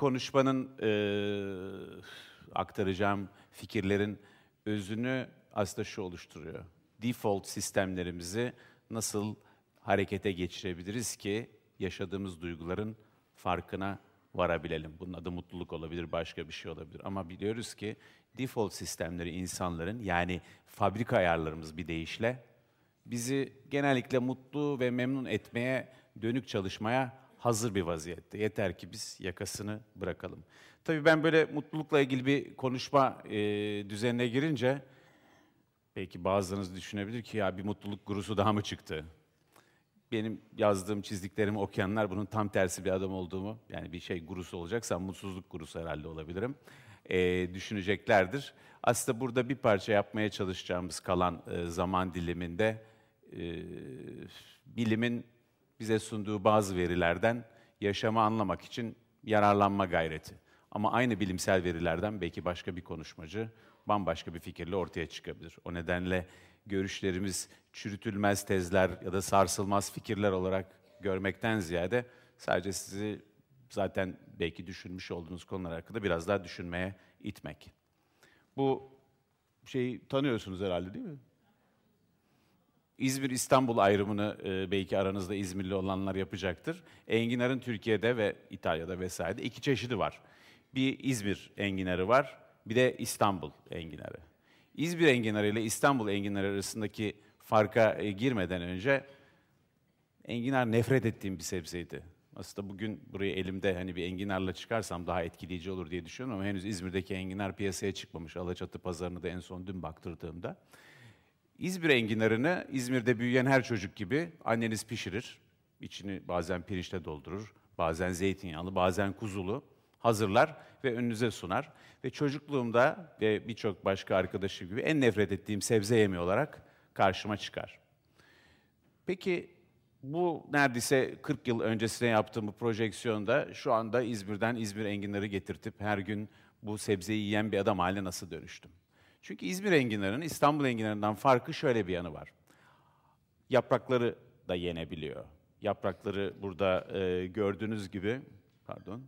konuşmanın, aktaracağım fikirlerin özünü aslında şu oluşturuyor. Default sistemlerimizi nasıl harekete geçirebiliriz ki yaşadığımız duyguların farkına varabilelim. Bunun adı mutluluk olabilir, başka bir şey olabilir. Ama biliyoruz ki default sistemleri insanların, yani fabrika ayarlarımız bir deyişle, bizi genellikle mutlu ve memnun etmeye dönük çalışmaya hazır bir vaziyette. Yeter ki biz yakasını bırakalım. Tabii ben böyle mutlulukla ilgili bir konuşma düzenine girince belki bazılarınız düşünebilir ki ya bir mutluluk gurusu daha mı çıktı? Benim yazdığım, çizdiklerimi okuyanlar bunun tam tersi bir adam olduğumu, yani bir şey gurusu olacaksam mutsuzluk gurusu herhalde olabilirim, düşüneceklerdir. Aslında burada bir parça yapmaya çalışacağımız kalan zaman diliminde bilimin bize sunduğu bazı verilerden yaşamı anlamak için yararlanma gayreti. Ama aynı bilimsel verilerden belki başka bir konuşmacı bambaşka bir fikirle ortaya çıkabilir. O nedenle görüşlerimiz çürütülmez tezler ya da sarsılmaz fikirler olarak görmekten ziyade sadece sizi zaten belki düşünmüş olduğunuz konular hakkında biraz daha düşünmeye itmek. Bu şeyi tanıyorsunuz herhalde, değil mi? İzmir-İstanbul ayrımını belki aranızda İzmirli olanlar yapacaktır. Enginarın Türkiye'de ve İtalya'da vesaire iki çeşidi var. Bir İzmir enginarı var, bir de İstanbul enginarı. İzmir enginarı ile İstanbul enginarı arasındaki farka girmeden önce enginar nefret ettiğim bir sebzeydi. Aslında bugün buraya elimde hani bir enginarla çıkarsam daha etkileyici olur diye düşünüyorum ama henüz İzmir'deki enginar piyasaya çıkmamış. Alaçatı pazarını da en son dün baktırdığımda. İzmir enginarını İzmir'de büyüyen her çocuk gibi anneniz pişirir. İçini bazen pirinçle doldurur, bazen zeytinyağlı, bazen kuzulu hazırlar ve önünüze sunar. Ve çocukluğumda ve birçok başka arkadaşım gibi en nefret ettiğim sebze yemeği olarak karşıma çıkar. Peki bu neredeyse 40 yıl öncesine yaptığım bu projeksiyonda şu anda İzmir'den İzmir enginarı getirtip her gün bu sebzeyi yiyen bir adam haline nasıl dönüştüm? Çünkü İzmir enginarının İstanbul enginarından farkı şöyle bir yanı var. Yaprakları da yenebiliyor. Yaprakları burada gördüğünüz gibi, pardon.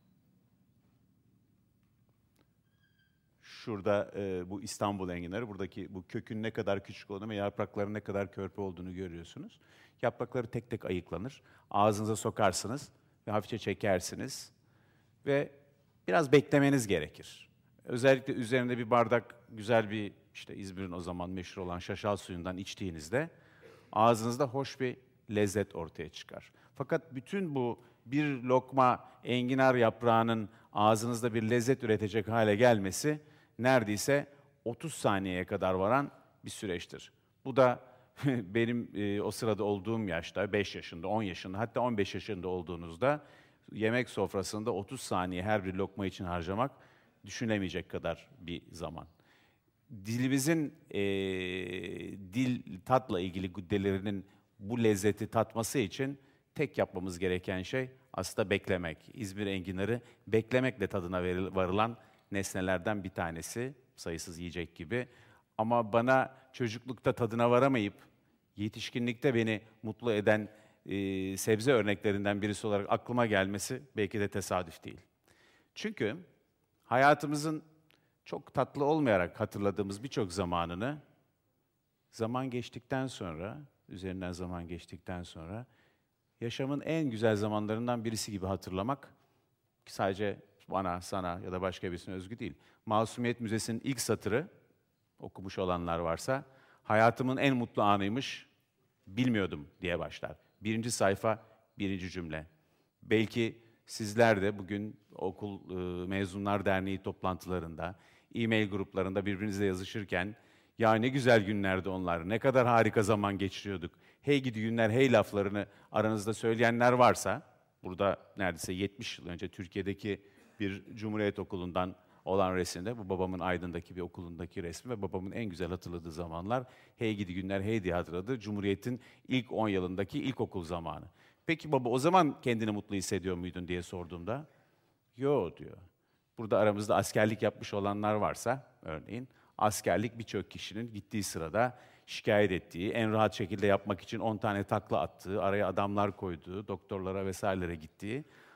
Şurada bu İstanbul enginarı, buradaki bu kökün ne kadar küçük olduğunu ve yaprakların ne kadar körpe olduğunu görüyorsunuz. Yaprakları tek tek ayıklanır. Ağzınıza sokarsınız ve hafifçe çekersiniz ve biraz beklemeniz gerekir. Özellikle üzerinde bir bardak güzel bir, işte İzmir'in o zaman meşhur olan şaşal suyundan içtiğinizde ağzınızda hoş bir lezzet ortaya çıkar. Fakat bütün bu bir lokma enginar yaprağının ağzınızda bir lezzet üretecek hale gelmesi neredeyse 30 saniyeye kadar varan bir süreçtir. Bu da benim o sırada olduğum yaşta, 5 yaşında, 10 yaşında, hatta 15 yaşında olduğunuzda yemek sofrasında 30 saniye her bir lokma için harcamak düşünülemeyecek kadar bir zaman. Dilimizin dil tatla ilgili güddelerinin bu lezzeti tatması için tek yapmamız gereken şey aslında beklemek. İzmir enginarı beklemekle tadına varılan nesnelerden bir tanesi, sayısız yiyecek gibi. Ama bana çocuklukta tadına varamayıp yetişkinlikte beni mutlu eden sebze örneklerinden birisi olarak aklıma gelmesi belki de tesadüf değil. Çünkü hayatımızın çok tatlı olmayarak hatırladığımız birçok zamanını zaman geçtikten sonra, üzerinden zaman geçtikten sonra yaşamın en güzel zamanlarından birisi gibi hatırlamak sadece bana, sana ya da başka birisine özgü değil. Masumiyet Müzesi'nin ilk satırı, okumuş olanlar varsa, hayatımın en mutlu anıymış, bilmiyordum diye başlar. Birinci sayfa, birinci cümle. Belki sizler de bugün okul mezunlar derneği toplantılarında, e-mail gruplarında birbirinizle yazışırken, ya ne güzel günlerdi onlar, ne kadar harika zaman geçiriyorduk, hey gidi günler, hey laflarını aranızda söyleyenler varsa, burada neredeyse 70 yıl önce Türkiye'deki bir Cumhuriyet Okulu'ndan olan resimde, bu babamın Aydın'daki bir okulundaki resmi ve babamın en güzel hatırladığı zamanlar, hey gidi günler, hey diye hatırladığı Cumhuriyet'in ilk 10 yılındaki ilkokul zamanı. Peki baba o zaman kendini mutlu hissediyor muydun diye sorduğumda, yo diyor. Burada aramızda askerlik yapmış olanlar varsa, örneğin, askerlik birçok kişinin gittiği sırada şikayet ettiği, en rahat şekilde yapmak için 10 tane takla attığı, araya adamlar koyduğu, doktorlara vesairelere gittiği,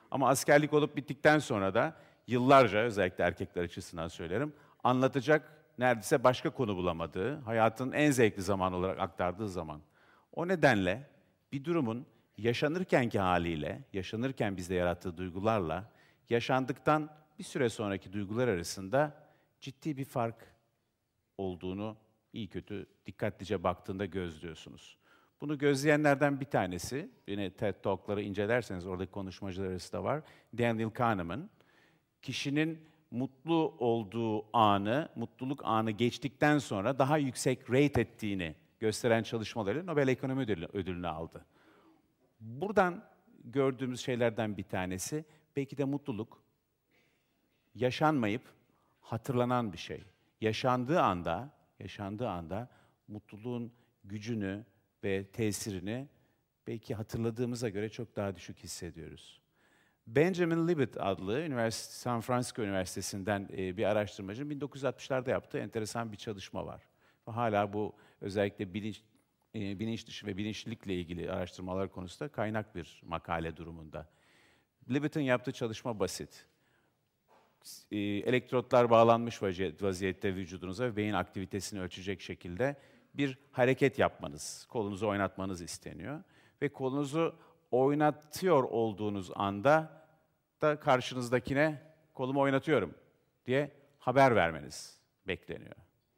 Ama askerlik olup bittikten sonra da yıllarca, özellikle erkekler açısından söylerim, anlatacak neredeyse başka konu bulamadığı, hayatın en zevkli zaman olarak aktardığı zaman. O nedenle bir durumun yaşanırkenki haliyle, yaşanırken bizde yarattığı duygularla, yaşandıktan bir süre sonraki duygular arasında ciddi bir fark olduğunu iyi kötü dikkatlice baktığında gözlüyorsunuz. Bunu gözleyenlerden bir tanesi, yine TED Talk'ları incelerseniz oradaki konuşmacılar arasında var, Daniel Kahneman. Kişinin mutlu olduğu anı, mutluluk anı geçtikten sonra daha yüksek rate ettiğini gösteren çalışmaları Nobel Ekonomi Ödülünü aldı. Buradan gördüğümüz şeylerden bir tanesi, belki de mutluluk yaşanmayıp hatırlanan bir şey. Yaşandığı anda mutluluğun gücünü ve tesirini belki hatırladığımıza göre çok daha düşük hissediyoruz. Benjamin Libet adlı San Francisco Üniversitesi'nden bir araştırmacının 1960'larda yaptığı enteresan bir çalışma var. Hala bu özellikle bilinç dışı ve bilinçlilikle ilgili araştırmalar konusunda kaynak bir makale durumunda. Libet'in yaptığı çalışma basit. Elektrotlar bağlanmış vaziyette vücudunuza ve beyin aktivitesini ölçecek şekilde bir hareket yapmanız, kolunuzu oynatmanız isteniyor. Ve kolunuzu oynatıyor olduğunuz anda da karşınızdakine kolumu oynatıyorum diye haber vermeniz bekleniyor.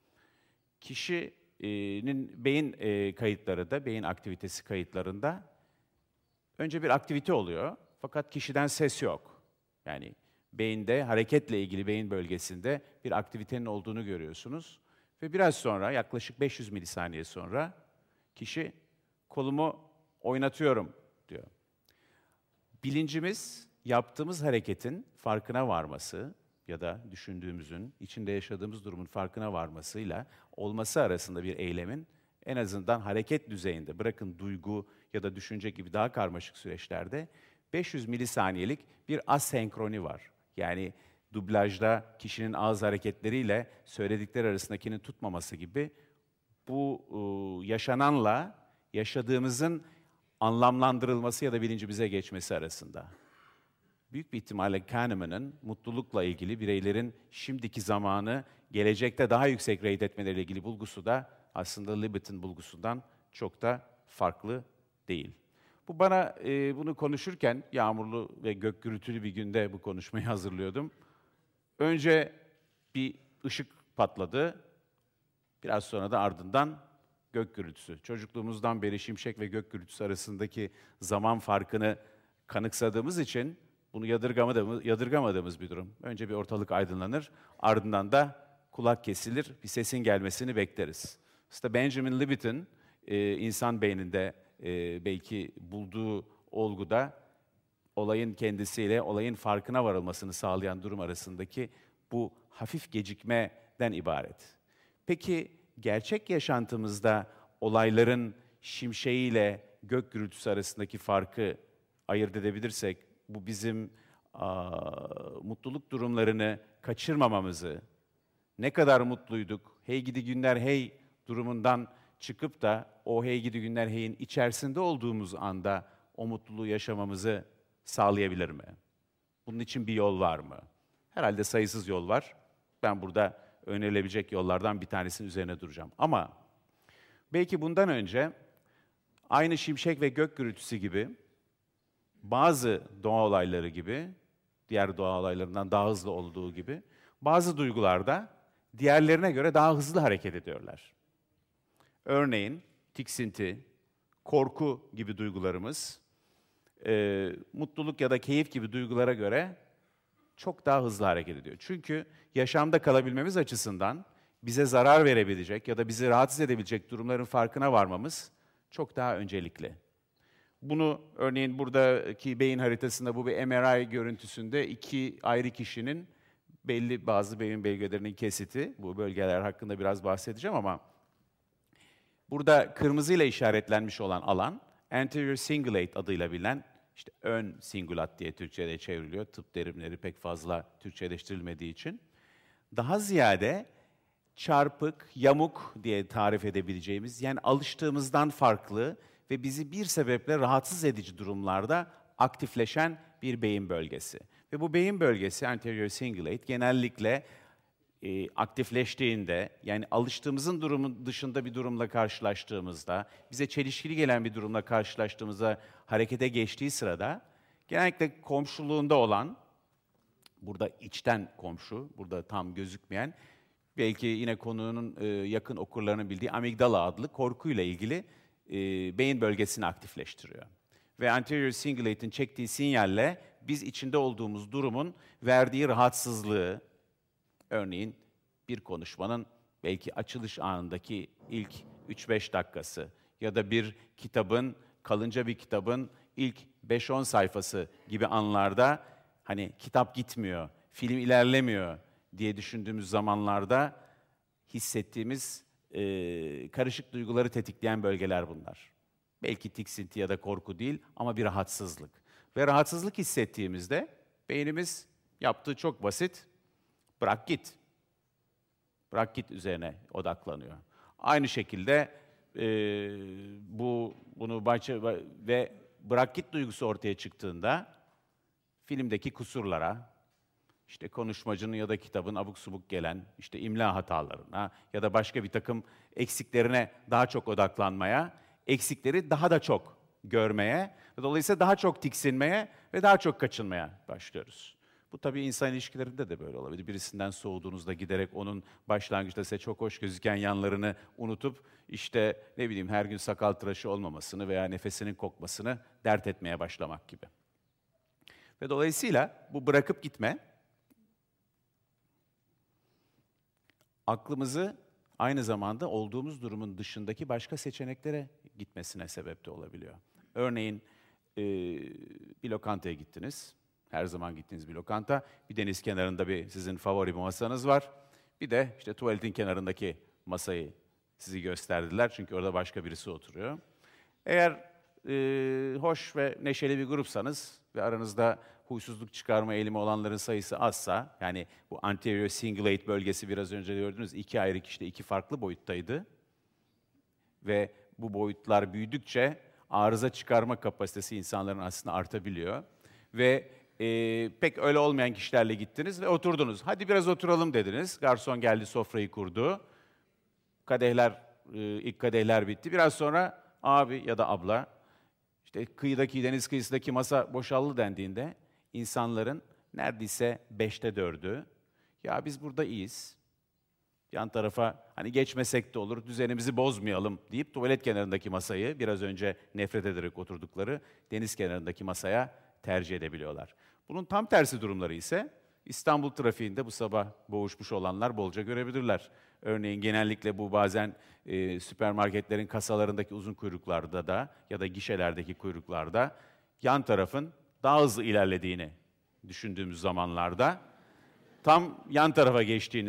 Kişinin beyin kayıtları da, beyin aktivitesi kayıtlarında önce bir aktivite oluyor fakat kişiden ses yok. Yani beyinde, hareketle ilgili beyin bölgesinde bir aktivitenin olduğunu görüyorsunuz. Ve biraz sonra, yaklaşık 500 milisaniye sonra kişi kolumu oynatıyorum diyor. Bilincimiz, yaptığımız hareketin farkına varması ya da düşündüğümüzün, içinde yaşadığımız durumun farkına varmasıyla olması arasında bir eylemin en azından hareket düzeyinde, bırakın duygu ya da düşünce gibi daha karmaşık süreçlerde 500 milisaniyelik bir asenkroni var. Yani dublajda kişinin ağız hareketleriyle söyledikleri arasındakini tutmaması gibi bu yaşananla yaşadığımızın anlamlandırılması ya da bilincimize geçmesi arasında. Büyük bir ihtimalle Kahneman'ın mutlulukla ilgili bireylerin şimdiki zamanı gelecekte daha yüksek rate etmeleriyle ilgili bulgusu da aslında Libet'in bulgusundan çok da farklı değil. Bu bana bunu konuşurken, yağmurlu ve gök gürültülü bir günde bu konuşmayı hazırlıyordum. Önce bir ışık patladı, biraz sonra da ardından gök gürültüsü. Çocukluğumuzdan beri şimşek ve gök gürültüsü arasındaki zaman farkını kanıksadığımız için bunu yadırgamadığımız bir durum. Önce bir ortalık aydınlanır, ardından da kulak kesilir, bir sesin gelmesini bekleriz. İşte Benjamin Libet'in insan beyninde belki bulduğu olguda olayın kendisiyle olayın farkına varılmasını sağlayan durum arasındaki bu hafif gecikmeden ibaret. Peki gerçek yaşantımızda olayların şimşeğiyle gök gürültüsü arasındaki farkı ayırt edebilirsek, bu bizim mutluluk durumlarını kaçırmamamızı, ne kadar mutluyduk, hey gidi günler hey durumundan çıkıp da o hey gidi günler hey'in içerisinde olduğumuz anda o mutluluğu yaşamamızı sağlayabilir mi? Bunun için bir yol var mı? Herhalde sayısız yol var. Ben burada önerilebilecek yollardan bir tanesinin üzerine duracağım. Ama belki bundan önce aynı şimşek ve gök gürültüsü gibi bazı doğa olayları gibi, diğer doğa olaylarından daha hızlı olduğu gibi bazı duygularda diğerlerine göre daha hızlı hareket ediyorlar. Örneğin tiksinti, korku gibi duygularımız, mutluluk ya da keyif gibi duygulara göre çok daha hızlı hareket ediyor. Çünkü yaşamda kalabilmemiz açısından bize zarar verebilecek ya da bizi rahatsız edebilecek durumların farkına varmamız çok daha öncelikli. Bunu örneğin buradaki beyin haritasında bu bir MRI görüntüsünde iki ayrı kişinin belli bazı beyin bölgelerinin kesiti. Bu bölgeler hakkında biraz bahsedeceğim ama burada kırmızıyla işaretlenmiş olan alan anterior cingulate adıyla bilinen, işte ön singulat diye Türkçe'de çevriliyor. Tıp terimleri pek fazla Türkçeleştirilmediği için. Daha ziyade çarpık, yamuk diye tarif edebileceğimiz, yani alıştığımızdan farklı ve bizi bir sebeple rahatsız edici durumlarda aktifleşen bir beyin bölgesi. Ve bu beyin bölgesi anterior cingulate genellikle aktifleştiğinde, yani alıştığımızın durumun dışında bir durumla karşılaştığımızda, bize çelişkili gelen bir durumla karşılaştığımızda harekete geçtiği sırada, genellikle komşuluğunda olan, burada içten komşu, burada tam gözükmeyen, belki yine konunun yakın okurlarının bildiği amigdala adlı korkuyla ilgili beyin bölgesini aktifleştiriyor. Ve anterior cingulate'in çektiği sinyalle biz içinde olduğumuz durumun verdiği rahatsızlığı, örneğin bir konuşmanın belki açılış anındaki ilk 3-5 dakikası ya da bir kitabın, kalınca bir kitabın ilk 5-10 sayfası gibi anlarda hani kitap gitmiyor, film ilerlemiyor diye düşündüğümüz zamanlarda hissettiğimiz karışık duyguları tetikleyen bölgeler bunlar. Belki tiksinti ya da korku değil ama bir rahatsızlık. Ve rahatsızlık hissettiğimizde beynimiz yaptığı çok basit, bırak git. Bırak git üzerine odaklanıyor. Aynı şekilde bunu ve bırak git duygusu ortaya çıktığında filmdeki kusurlara, işte konuşmacının ya da kitabın abuk subuk gelen işte imla hatalarına ya da başka bir takım eksiklerine daha çok odaklanmaya, eksikleri daha da çok görmeye, dolayısıyla daha çok tiksinmeye ve daha çok kaçınmaya başlıyoruz. Bu tabii insan ilişkilerinde de böyle olabilir. Birisinden soğuduğunuzda giderek onun başlangıçta size çok hoş gözüken yanlarını unutup işte ne bileyim her gün sakal tıraşı olmamasını veya nefesinin kokmasını dert etmeye başlamak gibi. Ve dolayısıyla bu bırakıp gitme aklımızı aynı zamanda olduğumuz durumun dışındaki başka seçeneklere gitmesine sebep de olabiliyor. Örneğin bir lokantaya gittiniz. Her zaman gittiğiniz bir lokanta. Bir deniz kenarında sizin favori bir masanız var. Bir de işte tuvaletin kenarındaki masayı sizi gösterdiler. Çünkü orada başka birisi oturuyor. Eğer hoş ve neşeli bir grupsanız ve aranızda huysuzluk çıkarma eğilimi olanların sayısı azsa, yani bu anterior cingulate bölgesi biraz önce gördünüz, iki ayrı kişide iki farklı boyuttaydı. Ve bu boyutlar büyüdükçe arıza çıkarma kapasitesi insanların aslında artabiliyor. Ve pek öyle olmayan kişilerle gittiniz ve oturdunuz. Hadi biraz oturalım dediniz. Garson geldi, sofrayı kurdu. İlk kadehler bitti. Biraz sonra abi ya da abla, işte deniz kıyısındaki masa boşaldı dendiğinde insanların neredeyse 4'ü, ya biz burada iyiyiz, yan tarafa hani geçmesek de olur, düzenimizi bozmayalım deyip tuvalet kenarındaki masayı, biraz önce nefret ederek oturdukları deniz kenarındaki masaya tercih edebiliyorlar. Bunun tam tersi durumları ise İstanbul trafiğinde bu sabah boğuşmuş olanlar bolca görebilirler. Örneğin genellikle bu bazen süpermarketlerin kasalarındaki uzun kuyruklarda da ya da gişelerdeki kuyruklarda yan tarafın daha hızlı ilerlediğini düşündüğümüz zamanlarda tam yan tarafa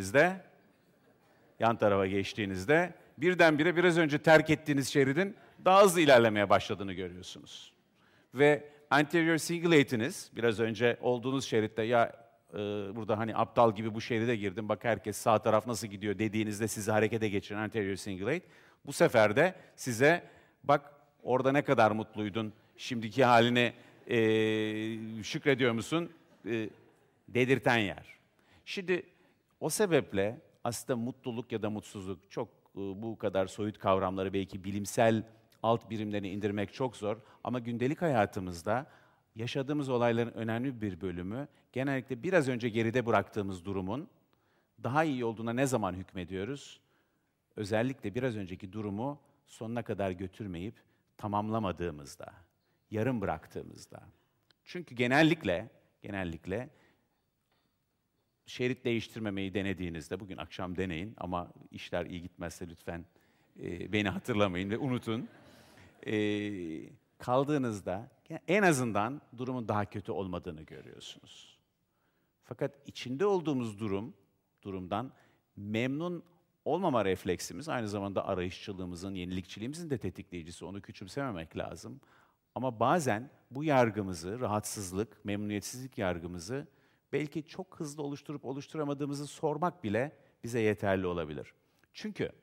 geçtiğinizde birdenbire biraz önce terk ettiğiniz şeridin daha hızlı ilerlemeye başladığını görüyorsunuz. Ve anterior cingulate'iniz biraz önce olduğunuz şeritte burada hani aptal gibi bu şeride girdim, bak herkes sağ taraf nasıl gidiyor dediğinizde sizi harekete geçiren anterior cingulate, bu sefer de size bak orada ne kadar mutluydun, şimdiki haline şükrediyor musun dedirten yer. Şimdi o sebeple aslında mutluluk ya da mutsuzluk çok bu kadar soyut kavramları belki bilimsel alt birimlerine indirmek çok zor ama gündelik hayatımızda yaşadığımız olayların önemli bir bölümü genellikle biraz önce geride bıraktığımız durumun daha iyi olduğuna ne zaman hükmediyoruz? Özellikle biraz önceki durumu sonuna kadar götürmeyip tamamlamadığımızda, yarım bıraktığımızda. Çünkü genellikle şerit değiştirmemeyi denediğinizde, bugün akşam deneyin ama işler iyi gitmezse lütfen beni hatırlamayın ve unutun. Kaldığınızda en azından durumun daha kötü olmadığını görüyorsunuz. Fakat içinde olduğumuz durumdan memnun olmama refleksimiz aynı zamanda arayışçılığımızın, yenilikçiliğimizin de tetikleyicisi. Onu küçümsememek lazım. Ama bazen bu yargımızı, rahatsızlık, memnuniyetsizlik yargımızı belki çok hızlı oluşturup oluşturamadığımızı sormak bile bize yeterli olabilir. Çünkü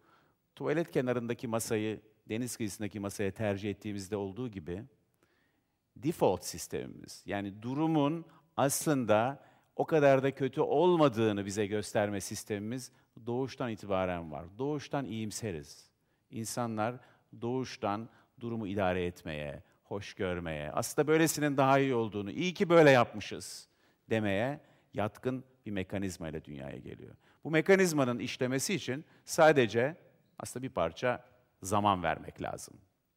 tuvalet kenarındaki masayı deniz kıyısındaki masaya tercih ettiğimizde olduğu gibi default sistemimiz. Yani durumun aslında o kadar da kötü olmadığını bize gösterme sistemimiz doğuştan itibaren var. Doğuştan iyimseriz. İnsanlar doğuştan durumu idare etmeye, hoş görmeye, aslında böylesinin daha iyi olduğunu, iyi ki böyle yapmışız demeye yatkın bir mekanizma ile dünyaya geliyor. Bu mekanizmanın işlemesi için sadece aslında bir parça zaman vermek lazım.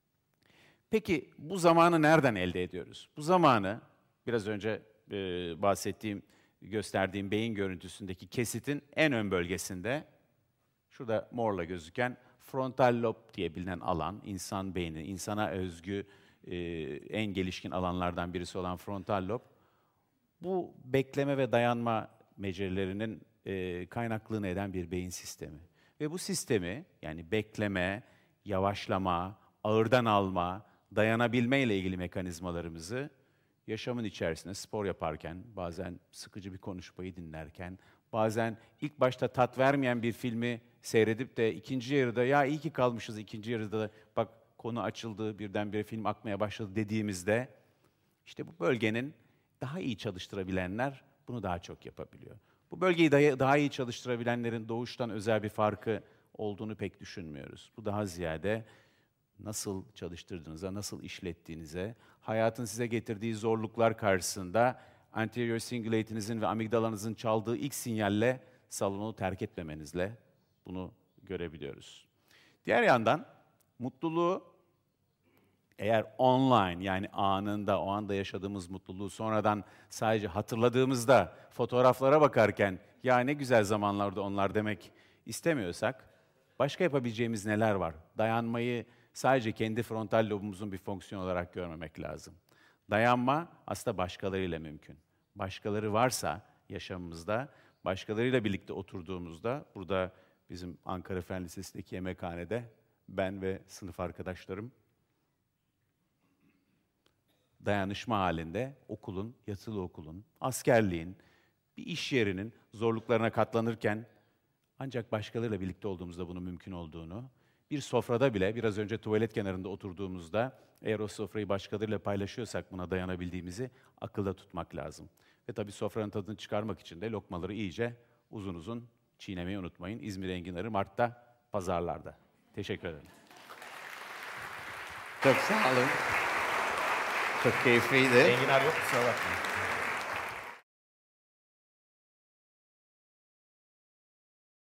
Peki bu zamanı nereden elde ediyoruz? Bu zamanı biraz önce bahsettiğim, gösterdiğim beyin görüntüsündeki kesitin en ön bölgesinde, şurada morla gözüken frontal lob diye bilinen alan, insan beyni, insana özgü en gelişkin alanlardan birisi olan frontal lob, bu bekleme ve dayanma becerilerinin kaynaklığını eden bir beyin sistemi. Ve bu sistemi, yani bekleme, yavaşlama, ağırdan alma, dayanabilme ile ilgili mekanizmalarımızı yaşamın içerisinde spor yaparken, bazen sıkıcı bir konuşmayı dinlerken, bazen ilk başta tat vermeyen bir filmi seyredip de ikinci yarıda ya iyi ki kalmışız, ikinci yarıda da bak konu açıldı, birdenbire film akmaya başladı dediğimizde, işte bu bölgenin daha iyi çalıştırabilenler bunu daha çok yapabiliyor. Bu bölgeyi daha iyi çalıştırabilenlerin doğuştan özel bir farkı olduğunu pek düşünmüyoruz. Bu daha ziyade nasıl çalıştırdığınıza, nasıl işlettiğinize, hayatın size getirdiği zorluklar karşısında anterior cingulate'inizin ve amigdalanızın çaldığı ilk sinyalle salonu terk etmemenizle bunu görebiliyoruz. Diğer yandan mutluluğu eğer online, yani anında, o anda yaşadığımız mutluluğu sonradan sadece hatırladığımızda, fotoğraflara bakarken ya ne güzel zamanlardı onlar demek istemiyorsak, başka yapabileceğimiz neler var? Dayanmayı sadece kendi frontal lobumuzun bir fonksiyonu olarak görmemek lazım. Dayanma aslında başkalarıyla mümkün. Başkaları varsa yaşamımızda, başkalarıyla birlikte oturduğumuzda, burada bizim Ankara Fen Lisesi'ndeki yemekhanede ben ve sınıf arkadaşlarım dayanışma halinde okulun, yatılı okulun, askerliğin, bir iş yerinin zorluklarına katlanırken ancak başkalarıyla birlikte olduğumuzda bunun mümkün olduğunu, bir sofrada bile biraz önce tuvalet kenarında oturduğumuzda eğer o sofrayı başkalarıyla paylaşıyorsak buna dayanabildiğimizi akılda tutmak lazım. Ve tabii sofranın tadını çıkarmak için de lokmaları iyice uzun uzun çiğnemeyi unutmayın. İzmir enginarı Mart'ta pazarlarda. Teşekkür ederim. Çok sağ olun. Çok keyifliydi. Enginar yok, kusura bakmayın.